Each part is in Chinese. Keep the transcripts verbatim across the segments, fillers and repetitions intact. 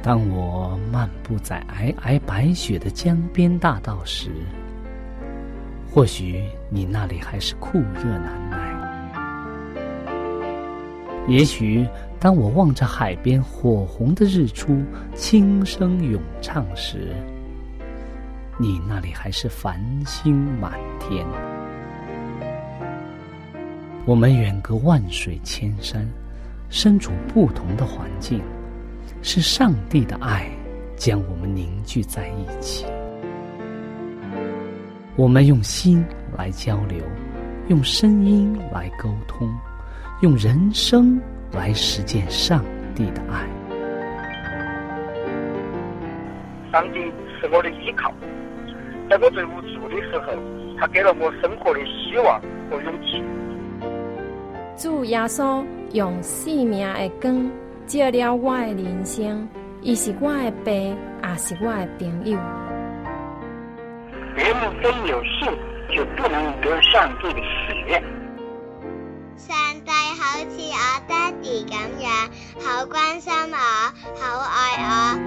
当我漫步在皑皑白雪的江边大道时，或许你那里还是酷热难耐。也许当我望着海边火红的日出轻声咏唱时，你那里还是繁星满天。我们远隔万水千山，身处不同的环境，是上帝的爱将我们凝聚在一起。我们用心来交流，用声音来沟通，用人生来实践上帝的爱。 上帝是我的依靠，在我最无助的时候，他给了我生活的希望和勇气。 主耶稣用生命的光照了我的人生，伊是我的爸，也是我的朋友。 人们非有信，就不能得上帝的喜悦。 上帝好似我爹哋咁樣，好關心我，好愛我。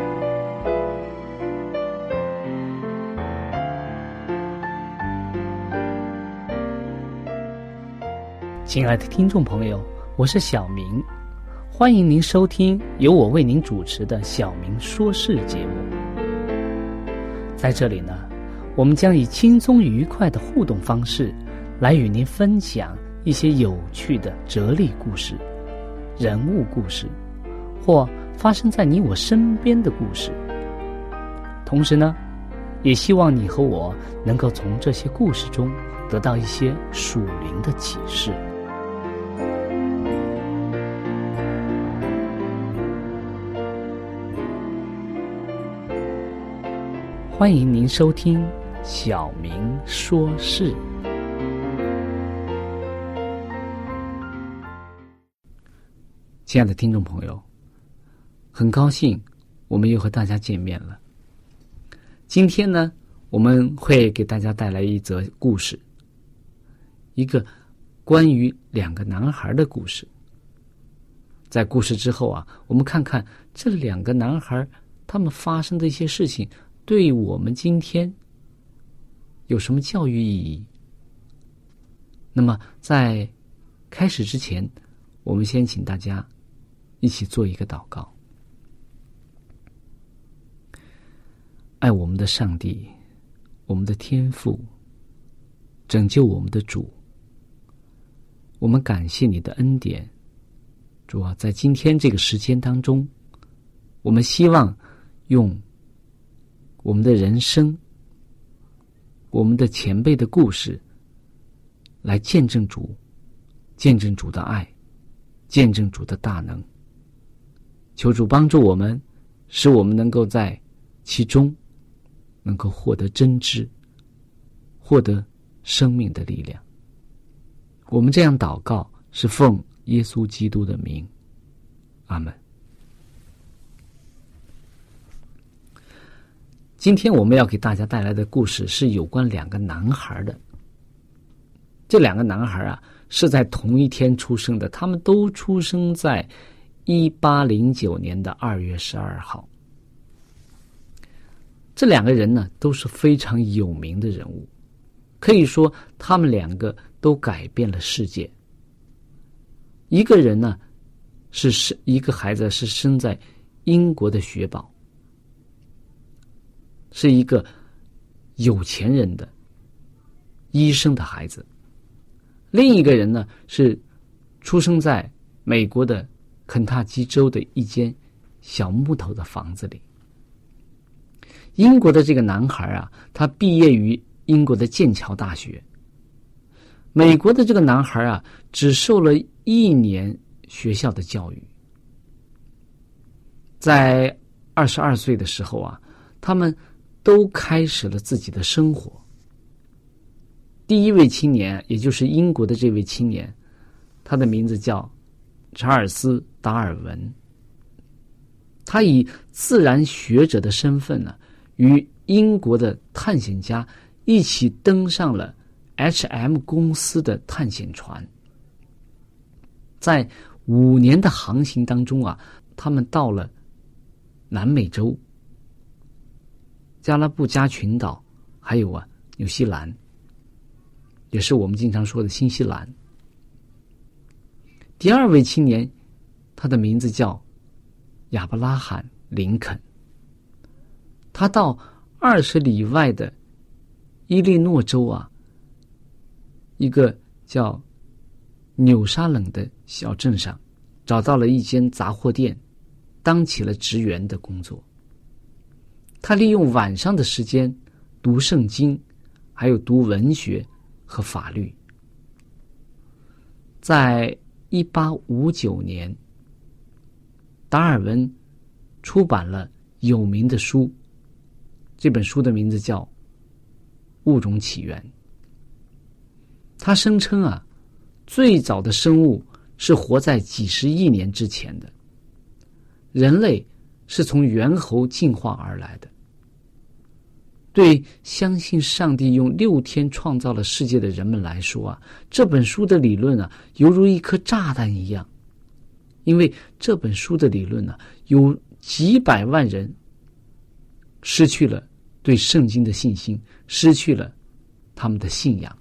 亲爱的听众朋友，我是小明，欢迎您收听由我为您主持的小明说事节目。在这里呢，我们将以轻松愉快的互动方式来与您分享一些有趣的哲理故事、人物故事，或发生在你我身边的故事。同时呢，也希望你和我能够从这些故事中得到一些属灵的启示。欢迎您收听小明说事。亲爱的听众朋友，很高兴我们又和大家见面了。今天呢，我们会给大家带来一则故事，一个关于两个男孩的故事。在故事之后啊，我们看看这两个男孩他们发生的一些事情对我们今天有什么教育意义。那么在开始之前，我们先请大家一起做一个祷告。爱我们的上帝，我们的天父，拯救我们的主，我们感谢你的恩典。主啊，在今天这个时间当中，我们希望用我们的人生，我们的前辈的故事来见证主，见证主的爱，见证主的大能。求主帮助我们，使我们能够在其中能够获得真知，获得生命的力量。我们这样祷告是奉耶稣基督的名，阿们。今天我们要给大家带来的故事是有关两个男孩的。这两个男孩啊，是在同一天出生的，他们都出生在一八零九年的二月十二号。这两个人呢，都是非常有名的人物，可以说他们两个都改变了世界。一个人呢，是是一个孩子是生在英国的雪堡，是一个有钱人的医生的孩子。另一个人呢，是出生在美国的肯塔基州的一间小木头的房子里。英国的这个男孩啊，他毕业于英国的剑桥大学。美国的这个男孩啊，只受了一年学校的教育。在二十二岁的时候啊，他们都开始了自己的生活。第一位青年，也就是英国的这位青年，他的名字叫查尔斯·达尔文。他以自然学者的身份呢，与英国的探险家一起登上了 H M 公司的探险船。在五年的航行当中啊，他们到了南美洲、加拉布加群岛，还有啊纽西兰，也是我们经常说的新西兰。第二位青年，他的名字叫亚伯拉罕·林肯。他到二十里外的伊利诺州啊，一个叫纽沙冷的小镇上，找到了一间杂货店，当起了职员的工作。他利用晚上的时间读圣经，还有读文学和法律。在一八五九年，达尔文出版了有名的书，这本书的名字叫《物种起源》。他声称啊，最早的生物是活在几十亿年之前的，人类是从猿猴进化而来的。对相信上帝用六天创造了世界的人们来说啊，这本书的理论啊，犹如一颗炸弹一样。因为这本书的理论呢、啊，有几百万人失去了对圣经的信心，失去了他们的信仰。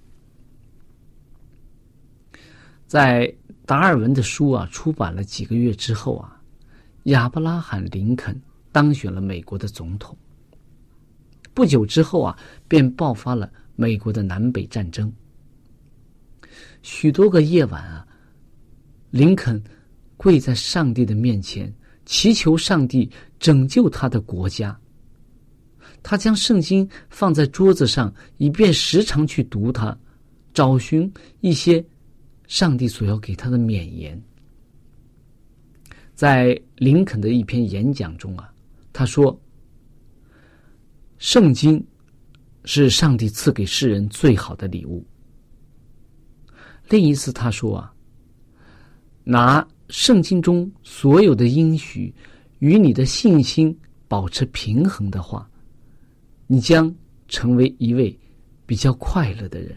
在达尔文的书啊出版了几个月之后啊，亚伯拉罕·林肯当选了美国的总统。不久之后啊，便爆发了美国的南北战争。许多个夜晚啊，林肯跪在上帝的面前，祈求上帝拯救他的国家。他将圣经放在桌子上，以便时常去读它，找寻一些上帝所要给他的勉言。在林肯的一篇演讲中啊，他说，圣经是上帝赐给世人最好的礼物。另一次他说啊，拿圣经中所有的应许与你的信心保持平衡的话，你将成为一位比较快乐的人。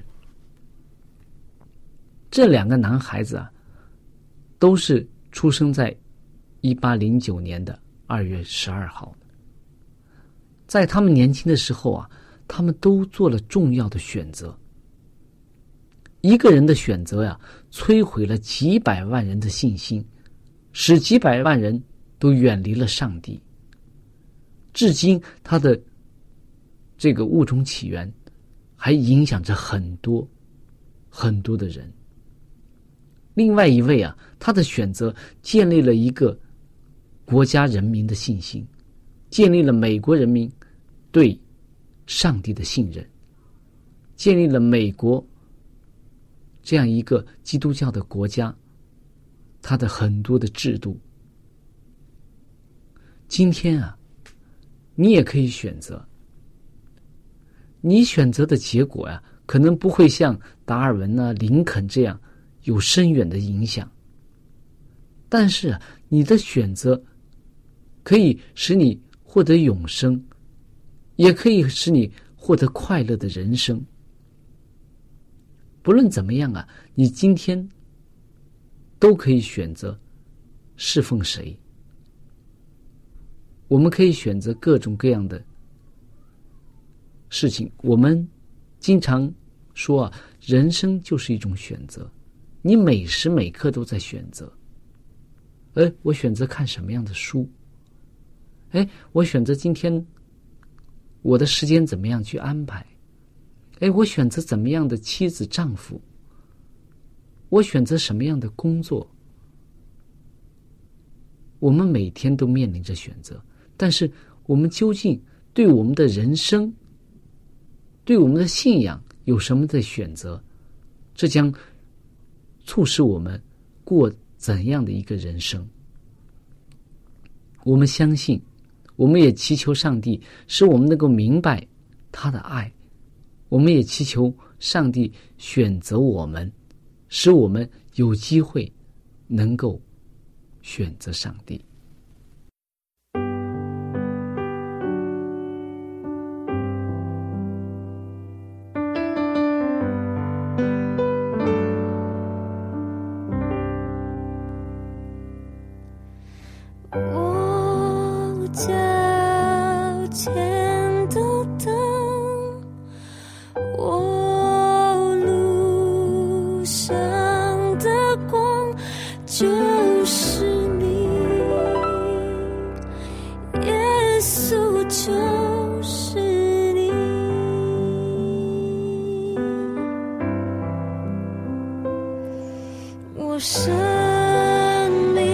这两个男孩子啊，都是出生在一八零九年的二月十二号。在他们年轻的时候啊，他们都做了重要的选择。一个人的选择呀、啊，摧毁了几百万人的信心，使几百万人都远离了上帝。至今，他的这个物种起源还影响着很多很多的人。另外一位啊，他的选择建立了一个国家人民的信心，建立了美国人民对上帝的信任，建立了美国这样一个基督教的国家，它的很多的制度。今天啊，你也可以选择，你选择的结果呀、啊，可能不会像达尔文啊、林肯这样有深远的影响，但是啊，你的选择可以使你获得永生，也可以使你获得快乐的人生。不论怎么样啊，你今天都可以选择侍奉谁。我们可以选择各种各样的事情。我们经常说啊，人生就是一种选择，你每时每刻都在选择。哎，我选择看什么样的书？哎，我选择今天我的时间怎么样去安排？哎，我选择怎么样的妻子丈夫？我选择什么样的工作？我们每天都面临着选择，但是我们究竟对我们的人生，对我们的信仰有什么的选择？这将促使我们过怎样的一个人生？我们相信，我们也祈求上帝使我们能够明白他的爱，我们也祈求上帝选择我们，使我们有机会能够选择上帝。 我将就是你，耶稣就是你，我生命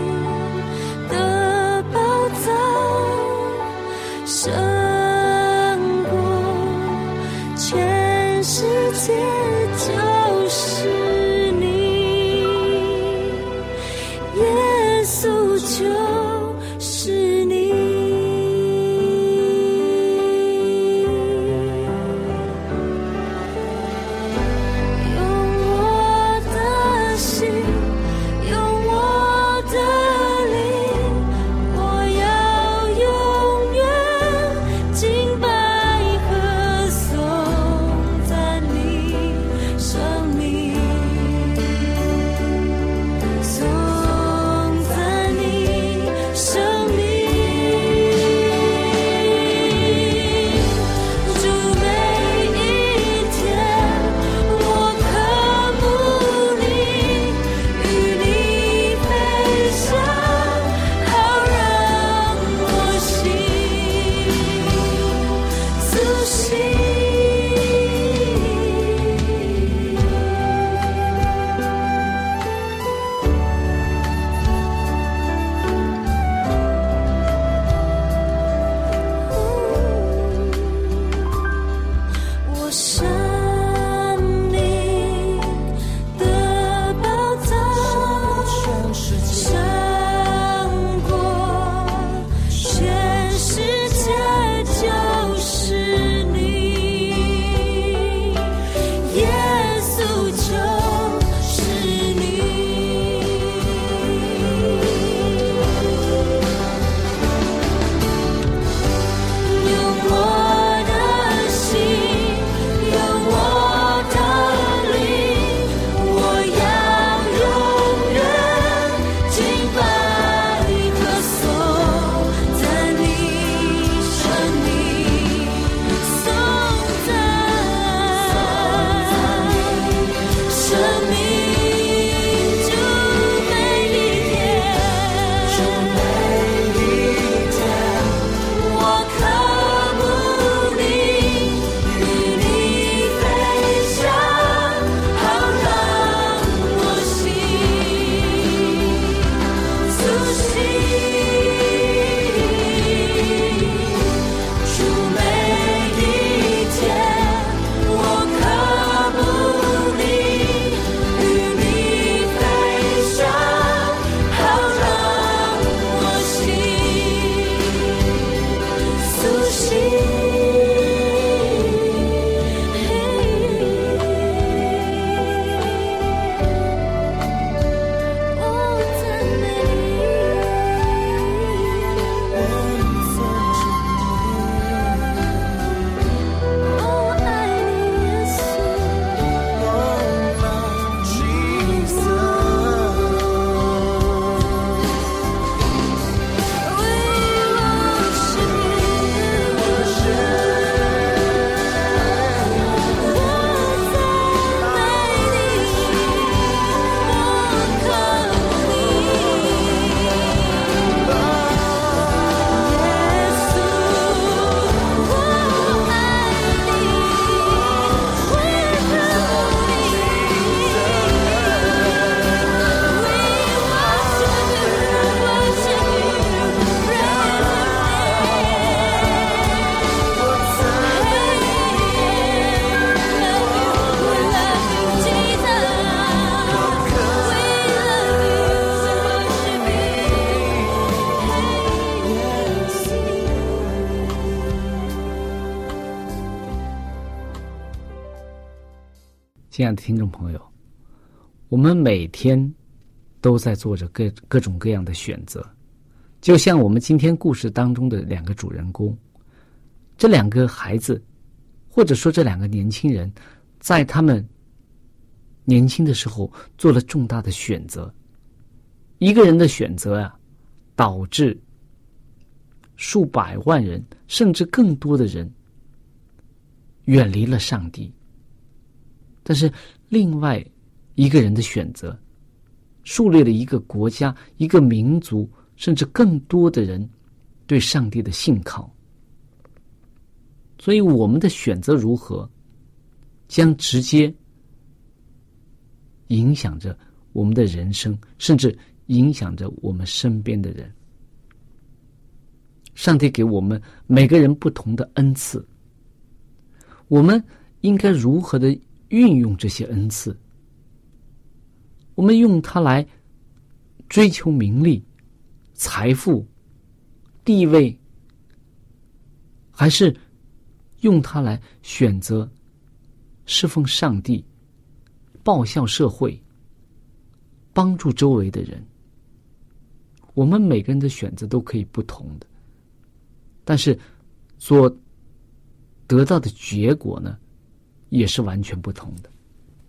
的宝藏，胜过全世界，就是你，耶稣就是你。用我的心，用我的灵，我要永远敬拜和颂赞你生命，颂赞你生命。主，每一天我渴慕你，与你飞翔，好让我心苏醒。我生命的宝藏，胜过全世界，就是你，耶稣就是你。用我的心，用我的灵，我要永远敬拜和颂赞你生命，颂赞生命。主，每一天，我渴慕你，与你飞翔，好让我心苏醒。主，每一天，我渴慕你，与你飞翔，好让我心苏醒。哦，赞美你，哦，爱你，耶亲爱的听众朋友，我们每天都在做着各各种各样的选择，就像我们今天故事当中的两个主人公，这两个孩子，或者说这两个年轻人，在他们年轻的时候做了重大的选择。一个人的选择啊，导致数百万人甚至更多的人远离了上帝。但是另外一个人的选择， 树立了一个国家、一个民族，甚至更多的人对上帝的信靠。所以我们的选择如何，将直接影响着我们的人生，甚至影响着我们身边的人。上帝给我们每个人不同的恩赐，我们应该如何的运用这些恩赐？我们用它来追求名利、财富、地位，还是用它来选择侍奉上帝、报效社会、帮助周围的人？我们每个人的选择都可以不同的，但是所得到的结果呢，也是完全不同的。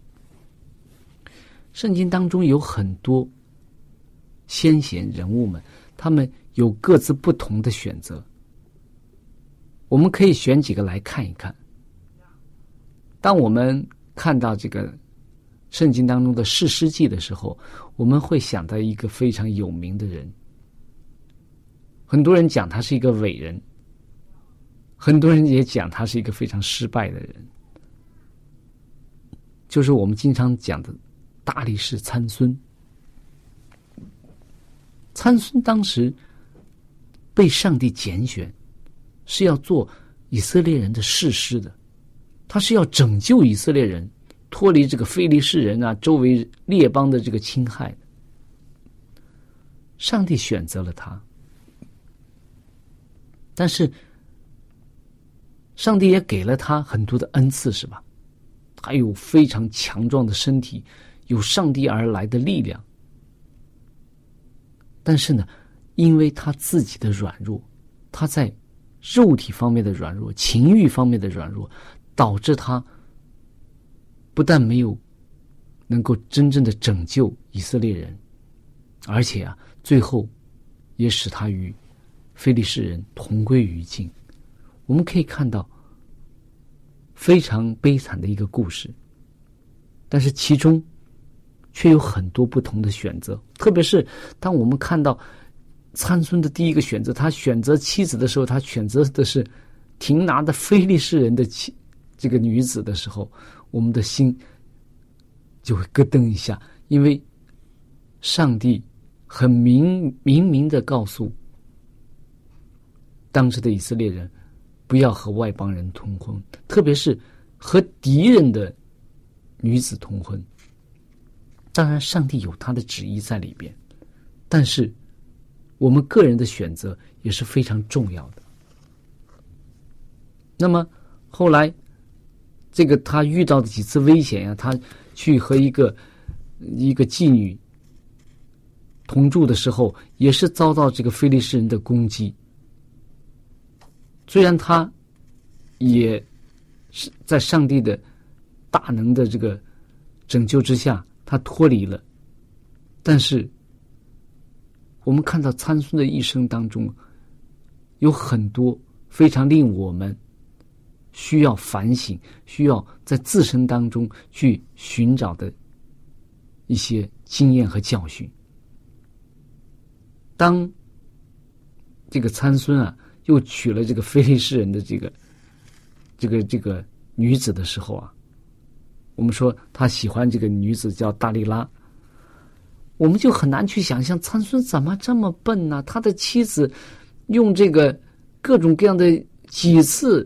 圣经当中有很多先贤人物们，他们有各自不同的选择。我们可以选几个来看一看。当我们看到这个圣经当中的士师记的时候，我们会想到一个非常有名的人。很多人讲他是一个伟人，很多人也讲他是一个非常失败的人，就是我们经常讲的大力士参孙。参孙当时被上帝拣选，是要做以色列人的士师的，他是要拯救以色列人脱离这个非利士人啊周围列邦的这个侵害的。上帝选择了他，但是上帝也给了他很多的恩赐，是吧？他有非常强壮的身体，有上帝而来的力量。但是呢，因为他自己的软弱，他在肉体方面的软弱、情欲方面的软弱，导致他不但没有能够真正的拯救以色列人，而且啊，最后也使他与非利士人同归于尽。我们可以看到非常悲惨的一个故事，但是其中却有很多不同的选择。特别是当我们看到参孙的第一个选择，他选择妻子的时候，他选择的是亭拿的非利士人的妻这个女子的时候，我们的心就会咯噔一下，因为上帝很明明明的告诉当时的以色列人，不要和外邦人通婚，特别是和敌人的女子通婚。当然上帝有他的旨意在里边，但是我们个人的选择也是非常重要的。那么后来这个他遇到的几次危险呀、啊，他去和一个一个妓女同住的时候，也是遭到这个非利士人的攻击。虽然他也是在上帝的大能的这个拯救之下，他脱离了，但是我们看到参孙的一生当中，有很多非常令我们需要反省、需要在自身当中去寻找的一些经验和教训。当这个参孙啊又娶了这个非利士人的这个这个这个女子的时候啊，我们说他喜欢这个女子叫大利拉，我们就很难去想象参孙怎么这么笨呢、啊？他的妻子用这个各种各样的几次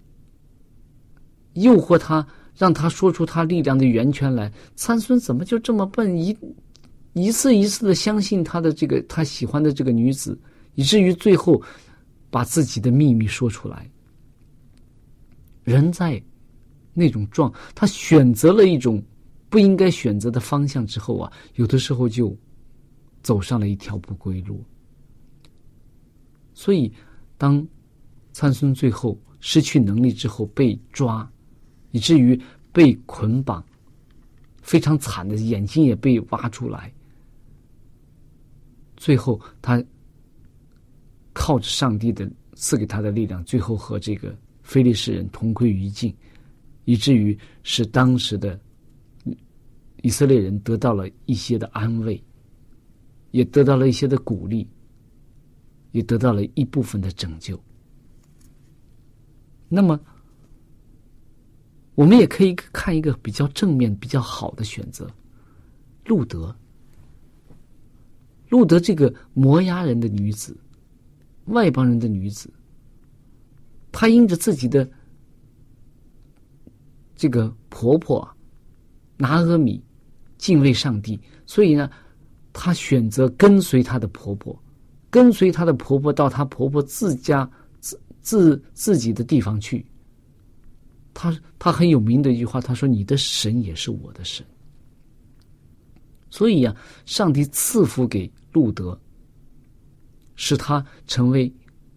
诱惑他，让他说出他力量的源泉来，参孙怎么就这么笨，一一次一次的相信他的这个他喜欢的这个女子，以至于最后把自己的秘密说出来。人在那种状，他选择了一种不应该选择的方向之后啊，有的时候就走上了一条不归路。所以当参孙最后失去能力之后被抓，以至于被捆绑，非常惨的，眼睛也被挖出来，最后他靠着上帝的赐给他的力量，最后和这个非利士人同归于尽，以至于使当时的以色列人得到了一些的安慰， 也得到了一些的鼓励，也得到了一部分的拯救。那么我们也可以看一个比较正面比较好的选择，路德。路德这个摩押人的女子，外邦人的女子，她因着自己的这个婆婆拿俄米敬畏上帝，所以呢她选择跟随她的婆婆，跟随她的婆婆到她婆婆自家自自自己的地方去。她她很有名的一句话，她说：“你的神也是我的神。”所以呀、啊，上帝赐福给路德，使他成为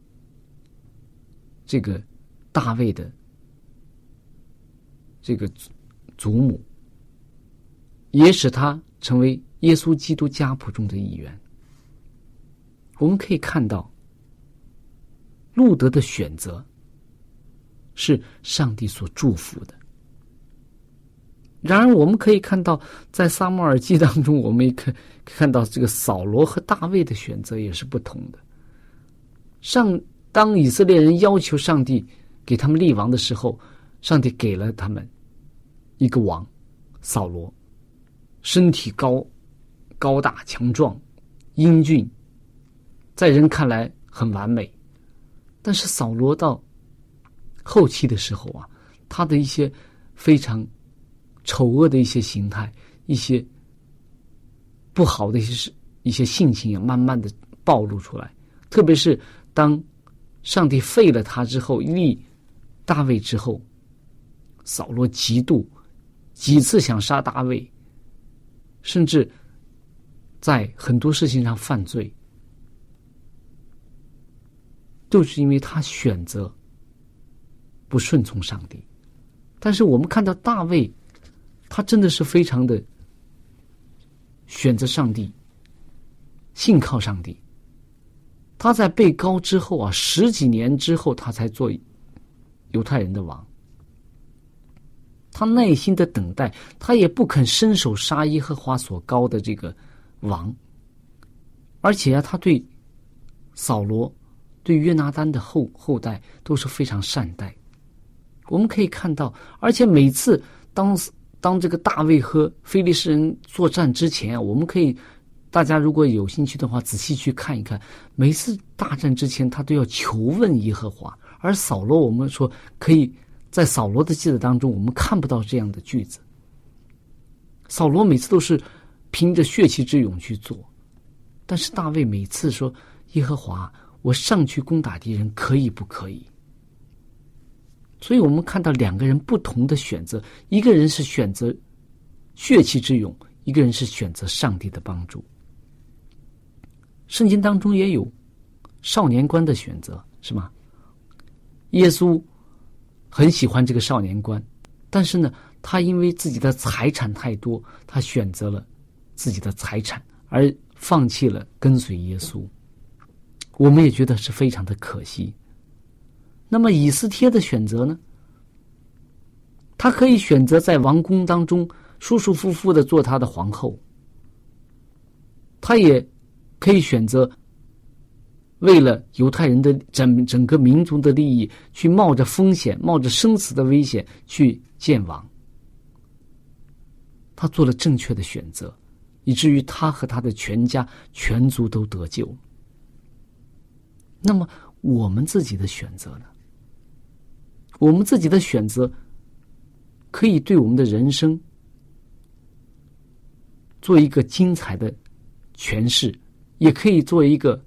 这个大卫的这个祖母，也使他成为耶稣基督家谱中的一员。我们可以看到，路德的选择是上帝所祝福的。然而我们可以看到，在撒母耳记当中，我们也可以看到这个扫罗和大卫的选择也是不同的。上当以色列人要求上帝给他们立王的时候，上帝给了他们一个王扫罗，身体高高大强壮英俊，在人看来很完美。但是扫罗到后期的时候啊，他的一些非常丑恶的一些形态，一些不好的一些一些性情也慢慢的暴露出来。特别是当上帝废了他之后，立大卫之后，扫罗极度几次想杀大卫，甚至在很多事情上犯罪，就是因为他选择不顺从上帝。但是我们看到大卫，他真的是非常的选择上帝，信靠上帝。他在被膏之后啊，十几年之后，他才做犹太人的王。他耐心的等待，他也不肯伸手杀耶和华所膏的这个王。而且啊，他对扫罗、对约拿单的后后代都是非常善待。我们可以看到，而且每次当当这个大卫和非利士人作战之前啊，我们可以，大家如果有兴趣的话，仔细去看一看，每次大战之前他都要求问耶和华。而扫罗，我们说可以在扫罗的记载当中，我们看不到这样的句子。扫罗每次都是凭着血气之勇去做，但是大卫每次说：“耶和华，我上去攻打敌人，可以不可以？”所以我们看到两个人不同的选择，一个人是选择血气之勇，一个人是选择上帝的帮助。圣经当中也有少年官的选择，是吗？耶稣很喜欢这个少年官，但是呢，他因为自己的财产太多，他选择了自己的财产，而放弃了跟随耶稣。我们也觉得是非常的可惜。那么以斯帖的选择呢？他可以选择在王宫当中舒舒服服的做他的皇后，他也可以选择为了犹太人的整整个民族的利益，去冒着风险、冒着生死的危险去见王。他做了正确的选择，以至于他和他的全家全族都得救。那么我们自己的选择呢？我们自己的选择可以对我们的人生做一个精彩的诠释，也可以做一个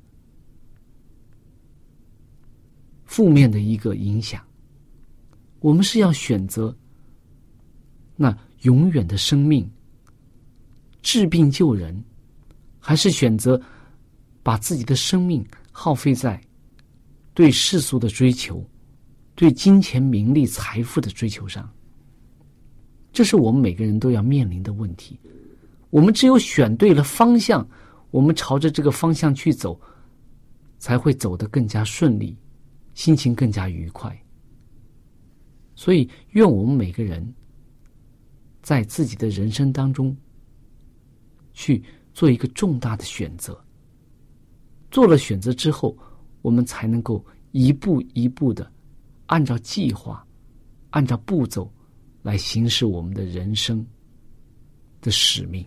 负面的一个影响。我们是要选择那永远的生命，治病救人，还是选择把自己的生命耗费在对世俗的追求，对金钱、名利、财富的追求上？这是我们每个人都要面临的问题。我们只有选对了方向，我们朝着这个方向去走，才会走得更加顺利，心情更加愉快。所以愿我们每个人在自己的人生当中去做一个重大的选择。做了选择之后，我们才能够一步一步的按照计划，按照步骤来行使我们的人生的使命。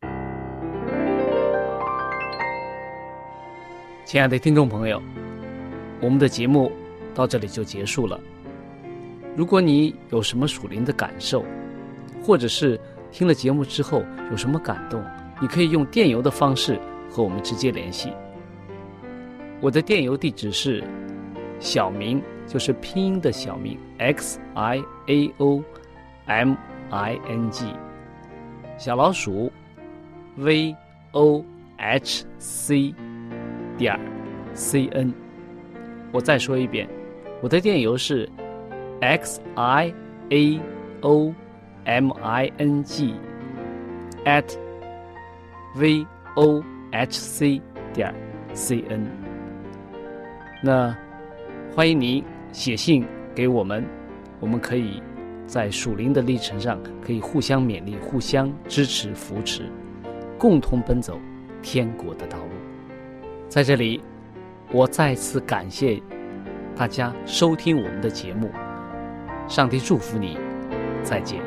亲爱的听众朋友，我们的节目到这里就结束了。如果你有什么属灵的感受，或者是听了节目之后有什么感动，你可以用电邮的方式和我们直接联系。我的电邮地址是小明，就是拼音的小明 X I A O M I N G 小老鼠 V O H C 点 C N。 我再说一遍，我的电邮是 X I A O M I N G at V O H C 点 C N。 那欢迎您写信给我们，我们可以在属灵的历程上可以互相勉励，互相支持扶持，共同奔走天国的道路。在这里我再次感谢大家收听我们的节目，上帝祝福你，再见。